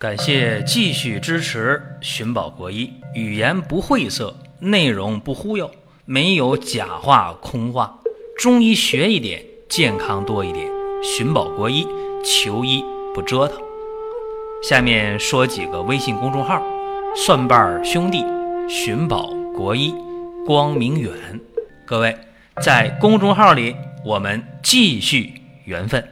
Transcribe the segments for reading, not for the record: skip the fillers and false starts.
感谢继续支持寻宝国医，语言不晦涩，内容不忽悠，没有假话空话，中医学一点，健康多一点。寻宝国医，求医不折腾。下面说几个微信公众号：蒜瓣兄弟、寻宝国医、光明远。各位在公众号里，我们继续缘分。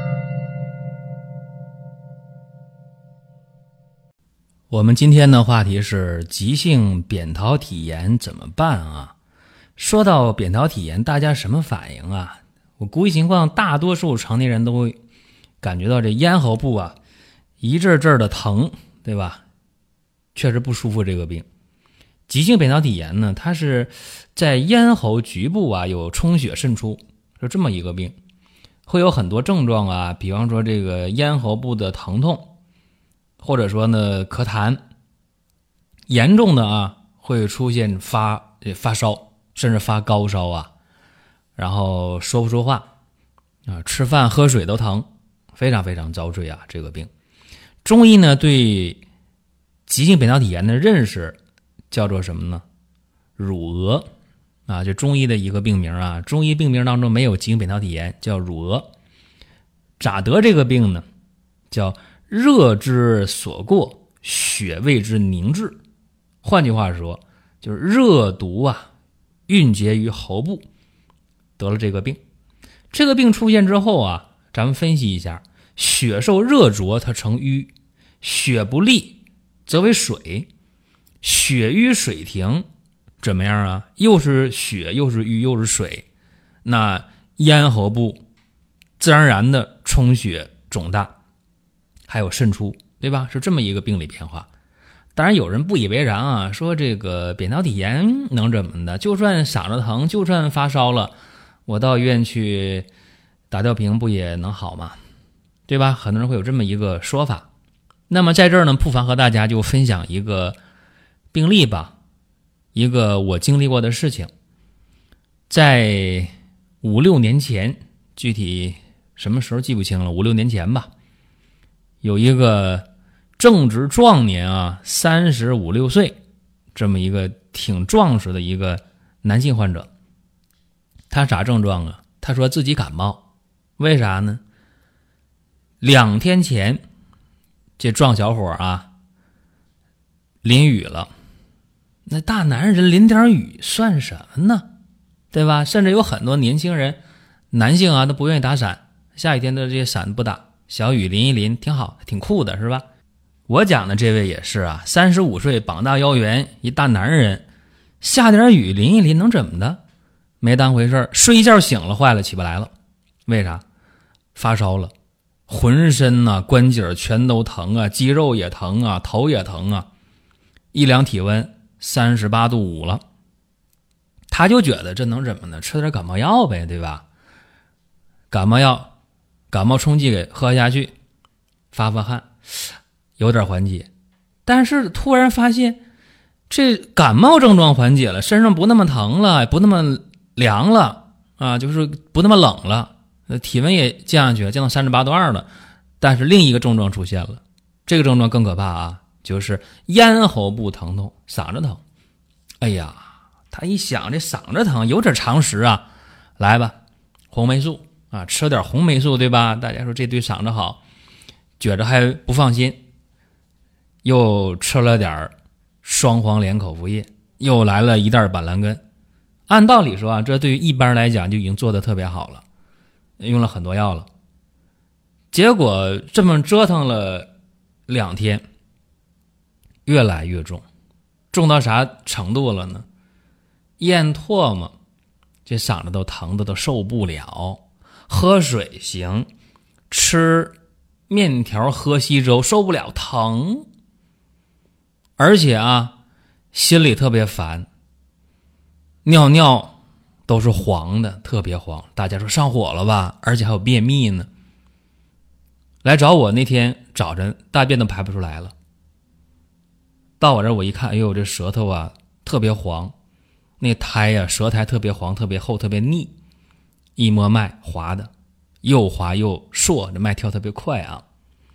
我们今天的话题是急性扁桃体炎怎么办啊？说到扁桃体炎，大家什么反应啊？我估计情况大多数成年人都会感觉到这咽喉部啊一阵阵的疼，对吧？确实不舒服。这个病急性扁桃体炎呢，它是在咽喉局部啊有充血渗出，是这么一个病，会有很多症状啊，比方说这个咽喉部的疼痛，或者说呢咳痰，严重的啊会出现发烧，甚至发高烧啊，然后说不出话啊，吃饭喝水都疼，非常非常遭罪啊。这个病中医呢对急性扁桃体炎的认识叫做什么呢？乳蛾啊，就中医的一个病名啊。中医病名当中没有急性扁桃体炎，叫乳蛾。咋得这个病呢？叫热之所过，血为之凝滞。换句话说，就是热毒啊蕴结于喉部，得了这个病。这个病出现之后啊，咱们分析一下，血受热灼它成瘀，血不利则为水，血瘀水停怎么样啊？又是血又是瘀又是水，那咽喉部自然而然的充血肿大，还有渗出，对吧？是这么一个病理变化。当然有人不以为然啊，说这个扁桃体炎能怎么的？就算嗓子疼，就算发烧了，我到医院去打吊瓶不也能好吗？对吧？很多人会有这么一个说法。那么在这儿呢，不妨和大家就分享一个病例吧，一个我经历过的事情。在5-6年前，具体什么时候记不清了，5-6年前吧，有一个正值壮年啊，35-36岁，这么一个挺壮实的一个男性患者。他啥症状啊？他说自己感冒。为啥呢？2天前这壮小伙啊淋雨了。那大男人淋点雨算什么呢？对吧？甚至有很多年轻人男性啊都不愿意打伞，下雨天的这些伞不打，小雨淋一淋挺好，挺酷的，是吧？我讲的这位也是啊，35岁膀大腰圆一大男人，下点雨淋一淋能怎么的？没当回事，睡一觉醒了，坏了，起不来了。为啥？发烧了，浑身啊关节全都疼啊，肌肉也疼啊，头也疼啊，一量体温38度5了。他就觉得这能怎么呢？吃点感冒药呗，对吧？感冒药感冒冲剂给喝下去，发汗，有点缓解。但是突然发现这感冒症状缓解了，身上不那么疼了，不那么凉了啊，就是不那么冷了，体温也降下去了，降到38度2了。但是另一个症状出现了，这个症状更可怕啊，就是咽喉部疼痛，嗓子疼。哎呀，他一想这嗓子疼有点常识啊，来吧，红霉素啊，吃点红霉素，对吧？大家说这对嗓子好，觉着还不放心，又吃了点双黄连口服液，又来了一袋板蓝根。按道理说啊，这对于一般来讲就已经做得特别好了，用了很多药了。结果这么折腾了2天，越来越重，重到啥程度了呢？咽唾沫，这嗓子都疼的都受不了。喝水行，吃面条喝稀粥受不了，疼。而且啊心里特别烦，尿尿都是黄的，特别黄。大家说上火了吧？而且还有便秘呢。来找我那天早晨大便都排不出来了，到我这儿我一看，哎呦，这舌头啊特别黄，那苔啊舌苔特别黄，特别厚，特别腻，一摸脉滑的，又滑又硕，这脉跳特别快啊。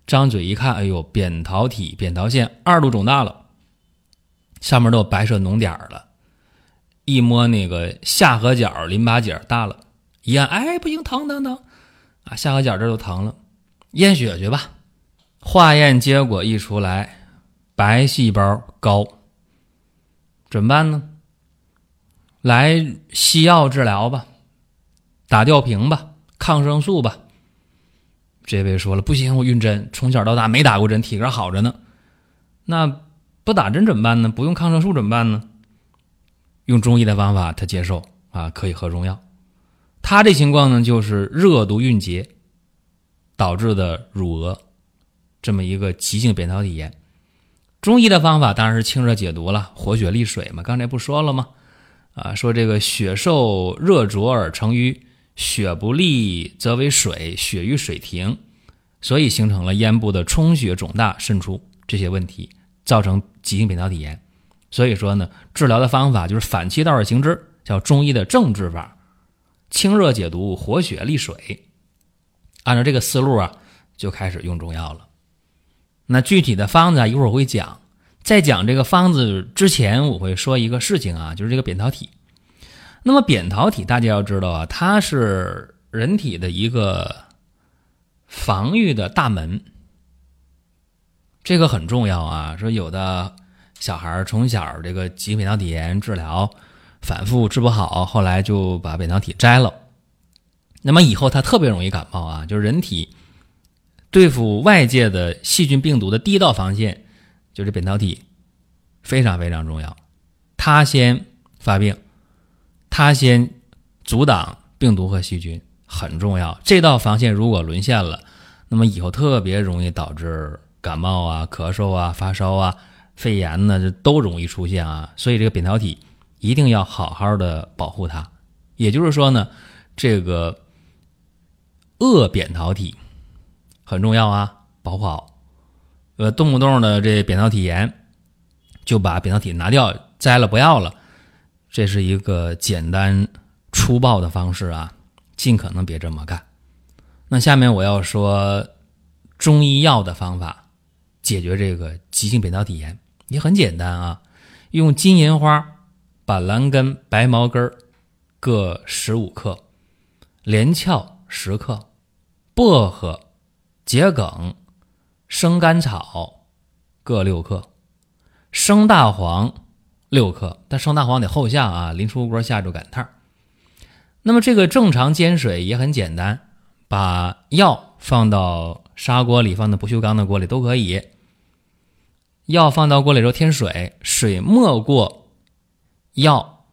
张嘴一看，哎呦，扁桃体、扁桃腺2度肿大了，上面都有白色脓点了。一摸那个下颌角淋巴结大了，一按，哎，不行，疼啊，下颌角这都疼了，验血去吧。化验结果一出来，白细胞高，怎么办呢？来西药治疗吧，打吊瓶吧，抗生素吧。这位说了，不行，我晕针，从小到大没打过针，体格好着呢。那不打针怎么办呢？不用抗生素怎么办呢？用中医的方法他接受啊，可以喝中药。他这情况呢，就是热毒蕴结导致的乳蛾，这么一个急性扁桃体炎。中医的方法当然是清热解毒了，活血利水嘛，刚才不说了吗？说这个血受热灼而成瘀，血不利则为水，血瘀水停，所以形成了咽部的充血肿大渗出这些问题，造成急性扁桃体炎。所以说呢，治疗的方法就是反其道而行之，叫中医的正治法，清热解毒，活血利水。按照这个思路啊，就开始用中药了。那具体的方子啊，一会儿我会讲。在讲这个方子之前，我会说一个事情啊，就是这个扁桃体。那么扁桃体大家要知道啊，它是人体的一个防御的大门，这个很重要啊。说有的小孩从小这个急性扁桃体炎治疗反复治不好，后来就把扁桃体摘了，那么以后他特别容易感冒啊。就是人体对付外界的细菌病毒的第一道防线就是扁桃体，非常非常重要。它先发病，它先阻挡病毒和细菌，很重要。这道防线如果沦陷了，那么以后特别容易导致感冒啊、咳嗽啊、发烧啊、肺炎呢，这都容易出现啊。所以这个扁桃体一定要好好的保护它。也就是说呢，这个恶扁桃体很重要啊，保护好。动不动的这扁桃体炎就把扁桃体拿掉，摘了不要了，这是一个简单粗暴的方式啊，尽可能别这么干。那下面我要说中医药的方法解决这个急性扁桃体炎，也很简单啊，用金银花、板蓝根、白茅根各15克，连翘10克，薄荷、桔梗、生甘草各6克，生大黄6克，但生大黄得后下啊，临出锅下就赶趟。那么这个正常煎水也很简单，把药放到砂锅里，放到不锈钢的锅里都可以。药放到锅里之后添水，水没过药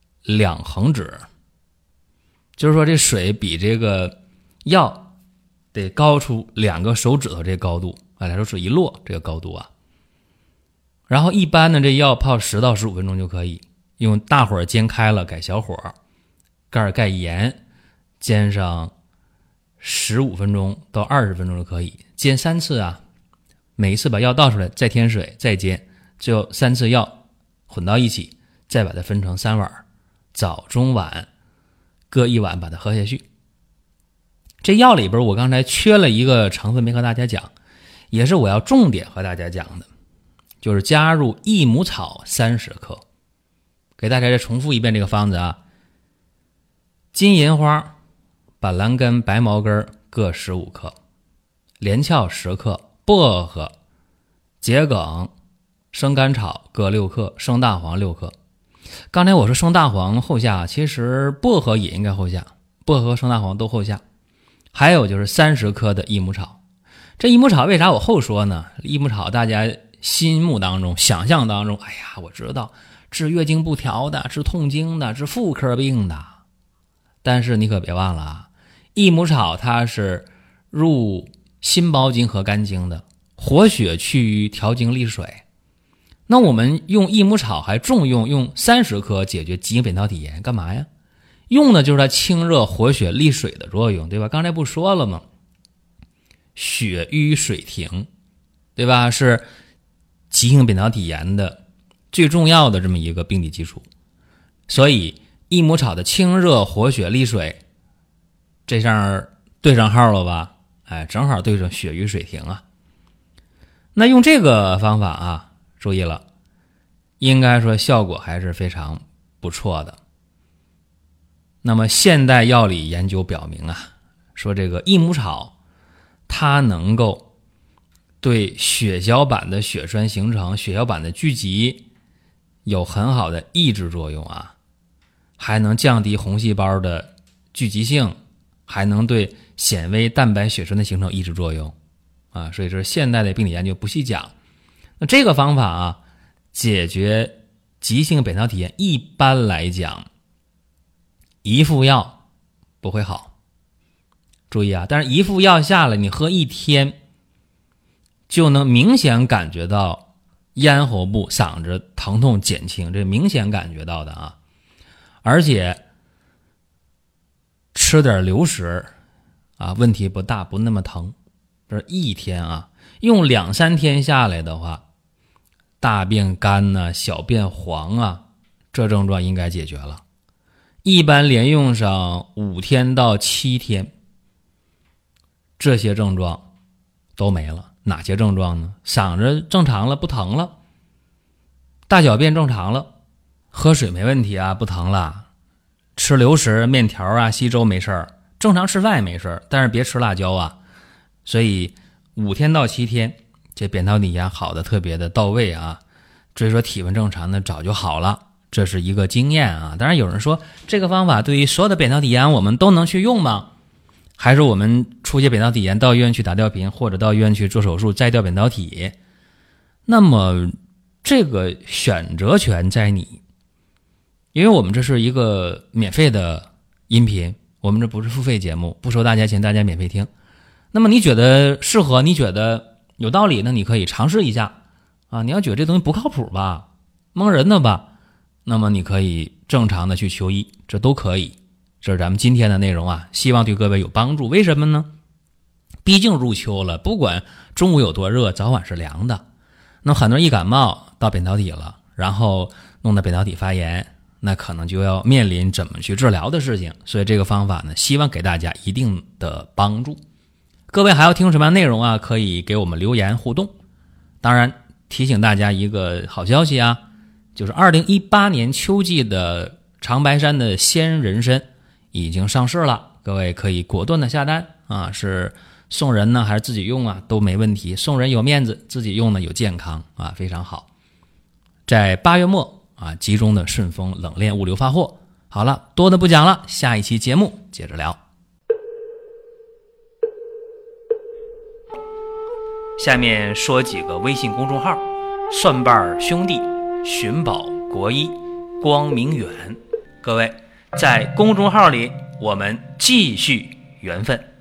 2横指，就是说这水比这个药得高出2个手指头这高度，来说是一摞这个高度啊。然后一般的这药泡10到15分钟就可以，用大火煎开了改小火，盖盖盐，煎上15分钟到20分钟就可以，煎3次啊，每一次把药倒出来，再添水，再煎，最后3次药混到一起，再把它分成3碗，早中晚各1碗把它喝下去。这药里边我刚才缺了一个成分没和大家讲，也是我要重点和大家讲的，就是加入益母草30克。给大家再重复一遍这个方子啊，金银花、板蓝根、白茅根各15克，连翘10克，薄荷、桔梗、生甘草各6克，生大黄6克。刚才我说生大黄后下，其实薄荷也应该后下，薄荷和生大黄都后下。还有就是30克的益母草。这益母草为啥我后说呢？益母草大家心目当中想象当中，哎呀，我知道治月经不调的，治痛经的，治妇科病的，但是你可别忘了啊，益母草它是入心包经和肝经的，活血祛瘀，调经利水。那我们用益母草还重用30克解决急性扁桃体炎，干嘛呀？用的就是它清热活血利水的作用，对吧？刚才不说了吗？血瘀水停，对吧？是急性扁桃体炎的最重要的这么一个病理基础。所以益母草的清热活血利水，这上对上号了吧？哎，正好对上血瘀水停啊。 那用这个方法啊，注意了，应该说效果还是非常不错的。那么现代药理研究表明啊，说这个益母草它能够对血小板的血栓形成、血小板的聚集有很好的抑制作用啊，还能降低红细胞的聚集性，还能对显微蛋白血栓的形成抑制作用啊，所以这是现代的病理研究不细讲。那这个方法啊，解决急性扁桃体炎一般来讲一副药不会好，注意啊，但是一副药下来你喝1天就能明显感觉到咽喉部嗓子疼痛减轻，这明显感觉到的啊。而且吃点流食啊，问题不大，不那么疼。这是1天啊，用2-3天下来的话，大便干啊，小便黄啊，这症状应该解决了。一般连用上5天到7天，这些症状都没了。哪些症状呢？嗓子正常了，不疼了；大小便正常了；喝水没问题啊，不疼了；吃流食、面条啊、稀粥没事儿；正常吃饭也没事儿，但是别吃辣椒啊。所以5天到7天，这扁桃体炎好的特别的到位啊。至于说体温正常的早就好了，这是一个经验啊。当然有人说这个方法对于所有的扁桃体炎我们都能去用吗？还是我们出现扁桃体炎到医院去打吊瓶，或者到医院去做手术摘掉扁桃体？那么这个选择权在你，因为我们这是一个免费的音频，我们这不是付费节目，不收大家钱，大家免费听。那么你觉得适合，你觉得有道理，那你可以尝试一下啊。你要觉得这东西不靠谱吧，蒙人的吧，那么你可以正常的去求医，这都可以。这是咱们今天的内容啊，希望对各位有帮助。为什么呢？毕竟入秋了，不管中午有多热，早晚是凉的。那很多人一感冒到扁桃体了，然后弄得扁桃体发炎，那可能就要面临怎么去治疗的事情。所以这个方法呢，希望给大家一定的帮助。各位还要听什么样内容啊？可以给我们留言互动。当然提醒大家一个好消息啊，就是2018年秋季的长白山的鲜人参已经上市了，各位可以果断的下单啊，是送人呢还是自己用啊都没问题，送人有面子，自己用呢有健康啊，非常好。在8月末啊，集中的顺丰冷链物流发货。好了，多的不讲了，下一期节目接着聊。下面说几个微信公众号：蒜瓣兄弟、寻宝国医、光明远。各位在公众号里，我们继续缘分。